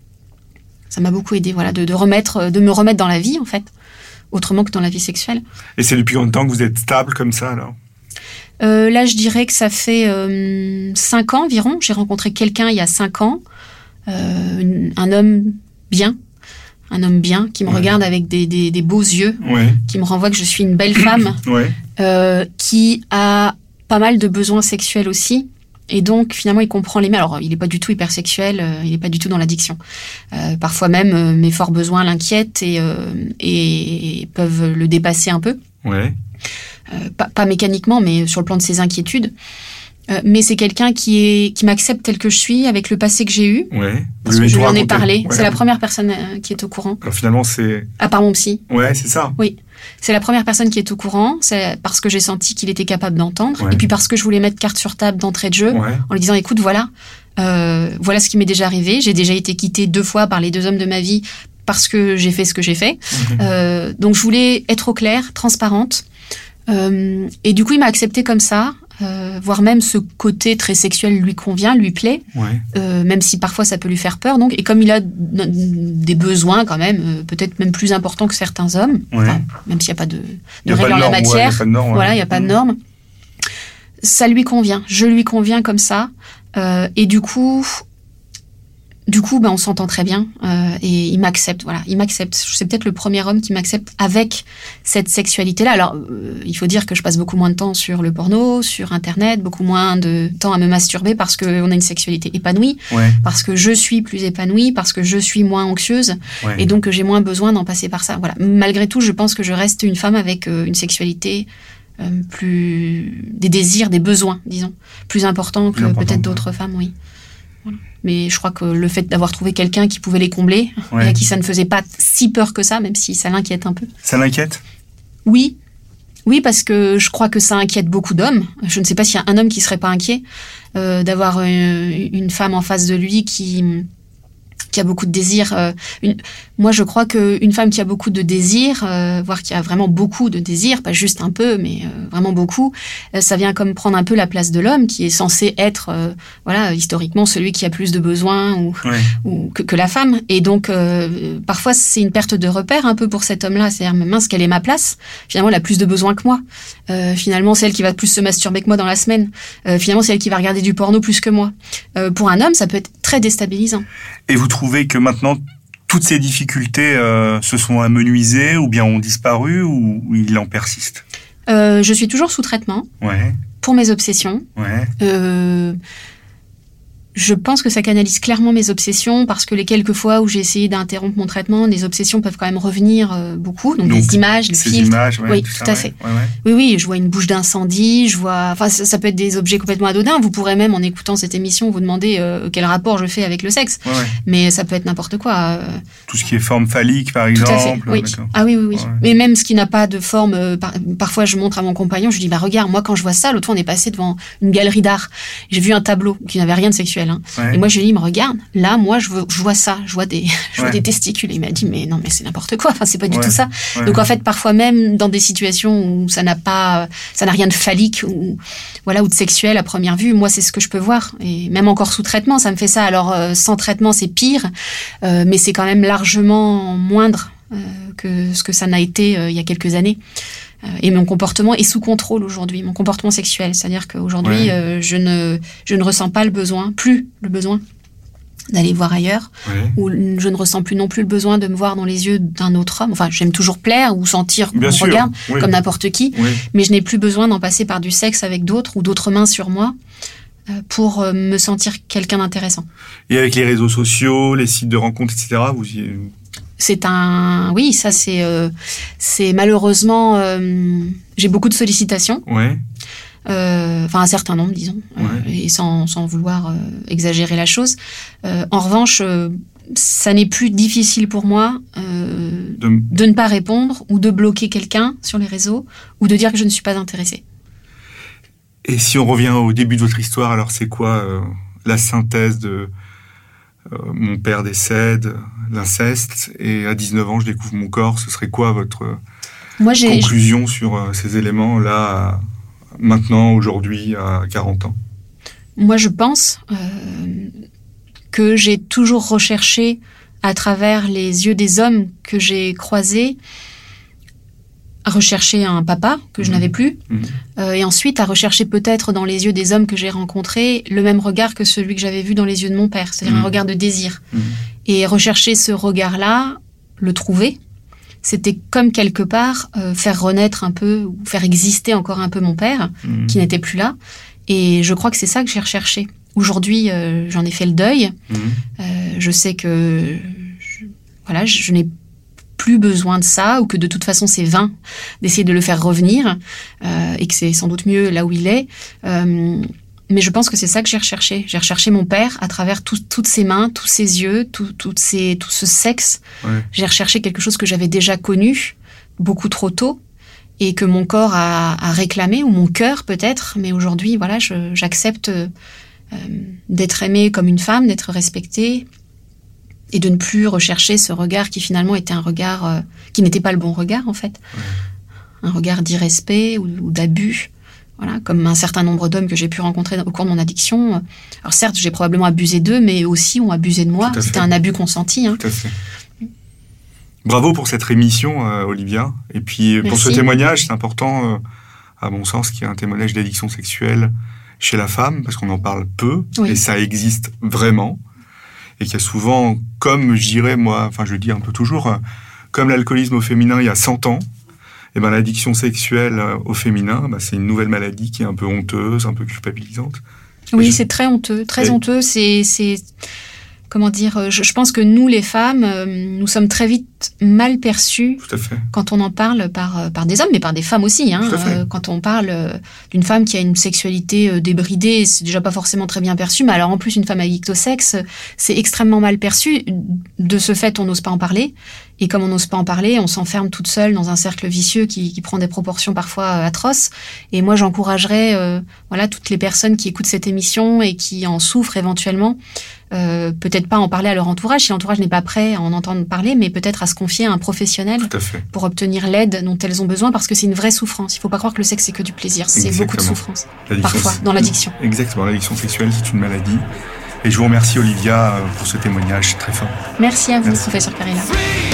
Ça m'a beaucoup aidé, voilà, de, de remettre, de me remettre dans la vie, en fait, autrement que dans la vie sexuelle. Et c'est depuis combien de temps que vous êtes stable comme ça, alors? euh, Là, je dirais que ça fait euh, cinq ans environ. J'ai rencontré quelqu'un il y a cinq ans, euh, une, un homme bien, un homme bien, qui me ouais. regarde avec des, des, des beaux yeux, ouais. qui me renvoie que je suis une belle femme, ouais. euh, qui a pas mal de besoins sexuels aussi. Et donc, finalement, il comprend les miens. Alors, il n'est pas du tout hypersexuel, euh, il n'est pas du tout dans l'addiction. Euh, parfois même, euh, mes forts besoins l'inquiètent et, euh, et, et peuvent le dépasser un peu. Ouais. Euh, pas, pas mécaniquement, mais sur le plan de ses inquiétudes. Euh, mais c'est quelqu'un qui est qui m'accepte tel que je suis, avec le passé que j'ai eu. Ouais. Parce que je lui en ai parlé. Ouais. C'est la première personne euh, qui est au courant. Alors, finalement, c'est... À part mon psy. Ouais, c'est ça. Oui. C'est la première personne qui est au courant, c'est parce que j'ai senti qu'il était capable d'entendre, ouais. et puis parce que je voulais mettre carte sur table d'entrée de jeu, ouais. en lui disant, écoute, voilà, euh, voilà ce qui m'est déjà arrivé, j'ai déjà été quittée deux fois par les deux hommes de ma vie parce que j'ai fait ce que j'ai fait, mmh. euh, donc je voulais être au clair, transparente, euh, et du coup il m'a acceptée comme ça, euh, voire même ce côté très sexuel lui convient, lui plaît, ouais. euh, même si parfois ça peut lui faire peur. Donc, et comme il a des besoins quand même, euh, peut-être même plus importants que certains hommes, ouais. enfin, même s'il n'y a pas de, de règles en la matière, ouais, norme, voilà, il ouais. n'y a pas de normes, ça lui convient. Je lui conviens comme ça, euh, et du coup... Du coup, ben, on s'entend très bien euh, et il m'accepte. Voilà, il m'accepte. C'est peut-être le premier homme qui m'accepte avec cette sexualité-là. Alors, euh, il faut dire que je passe beaucoup moins de temps sur le porno, sur Internet, beaucoup moins de temps à me masturber parce qu'on a une sexualité épanouie, ouais. parce que je suis plus épanouie, parce que je suis moins anxieuse ouais. et donc j'ai moins besoin d'en passer par ça. Voilà. Malgré tout, je pense que je reste une femme avec euh, une sexualité euh, plus des désirs, des besoins, disons, plus importants que plus important, peut-être d'autres femmes, oui. Voilà. Mais je crois que le fait d'avoir trouvé quelqu'un qui pouvait les combler, ouais. et à qui ça ne faisait pas si peur que ça, même si ça l'inquiète un peu. Ça l'inquiète ? Oui. Oui, parce que je crois que ça inquiète beaucoup d'hommes. Je ne sais pas s'il y a un homme qui serait pas inquiet euh, d'avoir une, une femme en face de lui qui... qui a beaucoup de désirs. Euh, une... Moi, je crois qu'une femme qui a beaucoup de désirs, euh, voire qui a vraiment beaucoup de désirs, pas juste un peu, mais euh, vraiment beaucoup, euh, ça vient comme prendre un peu la place de l'homme, qui est censé être, euh, voilà, historiquement, celui qui a plus de besoins ou, ouais. ou que, que la femme. Et donc, euh, parfois, c'est une perte de repère un peu pour cet homme-là. C'est-à-dire, mais mince, quelle est ma place ? Finalement, elle a plus de besoins que moi. Euh, finalement, c'est elle qui va plus se masturber que moi dans la semaine. Euh, finalement, c'est elle qui va regarder du porno plus que moi. Euh, pour un homme, ça peut être très déstabilisant. Et vous trouvez que maintenant, toutes ces difficultés euh, se sont amenuisées ou bien ont disparu ou, ou il en persiste ? euh, Je suis toujours sous traitement ouais. pour mes obsessions. Ouais. Euh, je pense que ça canalise clairement mes obsessions parce que les quelques fois où j'ai essayé d'interrompre mon traitement, les obsessions peuvent quand même revenir euh, beaucoup. Donc, Donc des images, des filtres. Images, ouais, oui, tout, tout ça, à fait. Ouais, ouais. Oui, oui, je vois une bouche d'incendie, je vois. Enfin, ça, ça peut être des objets complètement anodins. Vous pourrez même, en écoutant cette émission, vous demander euh, quel rapport je fais avec le sexe. Ouais, ouais. Mais ça peut être n'importe quoi. Euh... Tout ce qui est forme phallique, par exemple. Tout à fait. Oui. D'accord. Ah oui, oui, oui. Ouais. Mais même ce qui n'a pas de forme. Euh, par... Parfois, je montre à mon compagnon, je lui dis, bah regarde, moi quand je vois ça, l'autre fois on est passé devant une galerie d'art, j'ai vu un tableau qui n'avait rien de sexuel. Hein. Ouais. Et moi je lui dis, me regarde, là, moi je, veux, je vois ça, je vois des, je vois ouais. des testicules. Et il m'a dit, mais non, mais c'est n'importe quoi. Enfin, c'est pas du ouais. tout ça. Ouais. Donc en fait, parfois même dans des situations où ça n'a pas, ça n'a rien de phallique ou voilà ou de sexuel à première vue, moi c'est ce que je peux voir. Et même encore sous traitement, ça me fait ça. Alors euh, sans traitement, c'est pire, euh, mais c'est quand même largement moindre euh, que ce que ça n'a été euh, il y a quelques années. Euh, et mon comportement est sous contrôle aujourd'hui, mon comportement sexuel, c'est-à-dire qu'aujourd'hui, ouais. euh, je ne, je ne ressens pas le besoin, plus le besoin d'aller voir ailleurs, ouais. ou je ne ressens plus non plus le besoin de me voir dans les yeux d'un autre homme. Enfin, j'aime toujours plaire ou sentir qu'on me regarde, oui. comme n'importe qui, oui. mais je n'ai plus besoin d'en passer par du sexe avec d'autres ou d'autres mains sur moi euh, pour euh, me sentir quelqu'un d'intéressant. Et avec les réseaux sociaux, les sites de rencontres, et cetera, vous y... C'est un... Oui, ça c'est... Euh, c'est malheureusement... Euh, j'ai beaucoup de sollicitations. Ouais. Euh, enfin un certain nombre, disons, ouais. euh, et sans, sans vouloir euh, exagérer la chose. Euh, en revanche, euh, ça n'est plus difficile pour moi euh, de... de ne pas répondre ou de bloquer quelqu'un sur les réseaux ou de dire que je ne suis pas intéressée. Et si on revient au début de votre histoire, alors c'est quoi euh, la synthèse de euh, mon père décède, l'inceste, et à dix-neuf ans je découvre mon corps, ce serait quoi votre moi, j'ai, conclusion j'ai... sur euh, ces éléments-là maintenant, aujourd'hui, à quarante ans? Moi, je pense euh, que j'ai toujours recherché, à travers les yeux des hommes que j'ai croisés, à rechercher un papa que je mmh. n'avais plus, mmh. euh, et ensuite à rechercher peut-être dans les yeux des hommes que j'ai rencontrés le même regard que celui que j'avais vu dans les yeux de mon père, c'est-à-dire mmh. un regard de désir. Mmh. Et rechercher ce regard-là, le trouver, c'était comme quelque part euh, faire renaître un peu, ou faire exister encore un peu mon père, mmh. qui n'était plus là. Et je crois que c'est ça que j'ai recherché. Aujourd'hui, euh, j'en ai fait le deuil. Mmh. Euh, je sais que je, voilà, je, je n'ai plus besoin de ça, ou que de toute façon c'est vain d'essayer de le faire revenir, euh, et que c'est sans doute mieux là où il est. Euh, mais je pense que c'est ça que j'ai recherché. J'ai recherché mon père à travers tout, toutes ses mains, tous ses yeux, tout, toutes ses, tout ce sexe. Ouais. J'ai recherché quelque chose que j'avais déjà connu beaucoup trop tôt et que mon corps a, a réclamé, ou mon cœur peut-être. Mais aujourd'hui, voilà, je, j'accepte euh, d'être aimée comme une femme, d'être respectée et de ne plus rechercher ce regard qui finalement était un regard euh, qui n'était pas le bon regard en fait. Ouais. Un regard d'irrespect ou, ou d'abus. Voilà, comme un certain nombre d'hommes que j'ai pu rencontrer au cours de mon addiction. Alors certes, j'ai probablement abusé d'eux, mais aussi ont abusé de moi. C'était un abus consenti. Hein. Tout à fait. Bravo pour cette émission, euh, Olivia. Et puis Merci. pour ce témoignage, c'est important, euh, à mon sens, qu'il y ait un témoignage d'addiction sexuelle chez la femme, parce qu'on en parle peu, oui. et ça existe vraiment. Et qu'il y a souvent, comme je dirais, moi, enfin je le dis un peu toujours, euh, comme l'alcoolisme au féminin il y a cent ans, et ben l'addiction sexuelle au féminin, ben, c'est une nouvelle maladie qui est un peu honteuse, un peu culpabilisante. Oui, je... c'est très honteux, très et... honteux. C'est, c'est, comment dire, je, je pense que nous, les femmes, nous sommes très vite mal perçues Tout à fait. quand on en parle par, par des hommes, mais par des femmes aussi. Hein. Tout à fait. Quand on parle d'une femme qui a une sexualité débridée, c'est déjà pas forcément très bien perçu, mais alors en plus, une femme addict au sexe, c'est extrêmement mal perçu. De ce fait, on n'ose pas en parler. Et comme on n'ose pas en parler, on s'enferme toute seule dans un cercle vicieux qui, qui prend des proportions parfois atroces. Et moi, j'encouragerais euh, voilà, toutes les personnes qui écoutent cette émission et qui en souffrent éventuellement, euh, peut-être pas en parler à leur entourage, si l'entourage n'est pas prêt à en entendre parler, mais peut-être à se confier à un professionnel pour obtenir l'aide dont elles ont besoin, parce que c'est une vraie souffrance. Il ne faut pas croire que le sexe, c'est que du plaisir. C'est Exactement. Beaucoup de souffrance, l'addiction, parfois, dans l'addiction. Exactement, l'addiction sexuelle, c'est une maladie. Et je vous remercie, Olivia, pour ce témoignage très fort. Merci à vous, Merci. Professeur Carilla.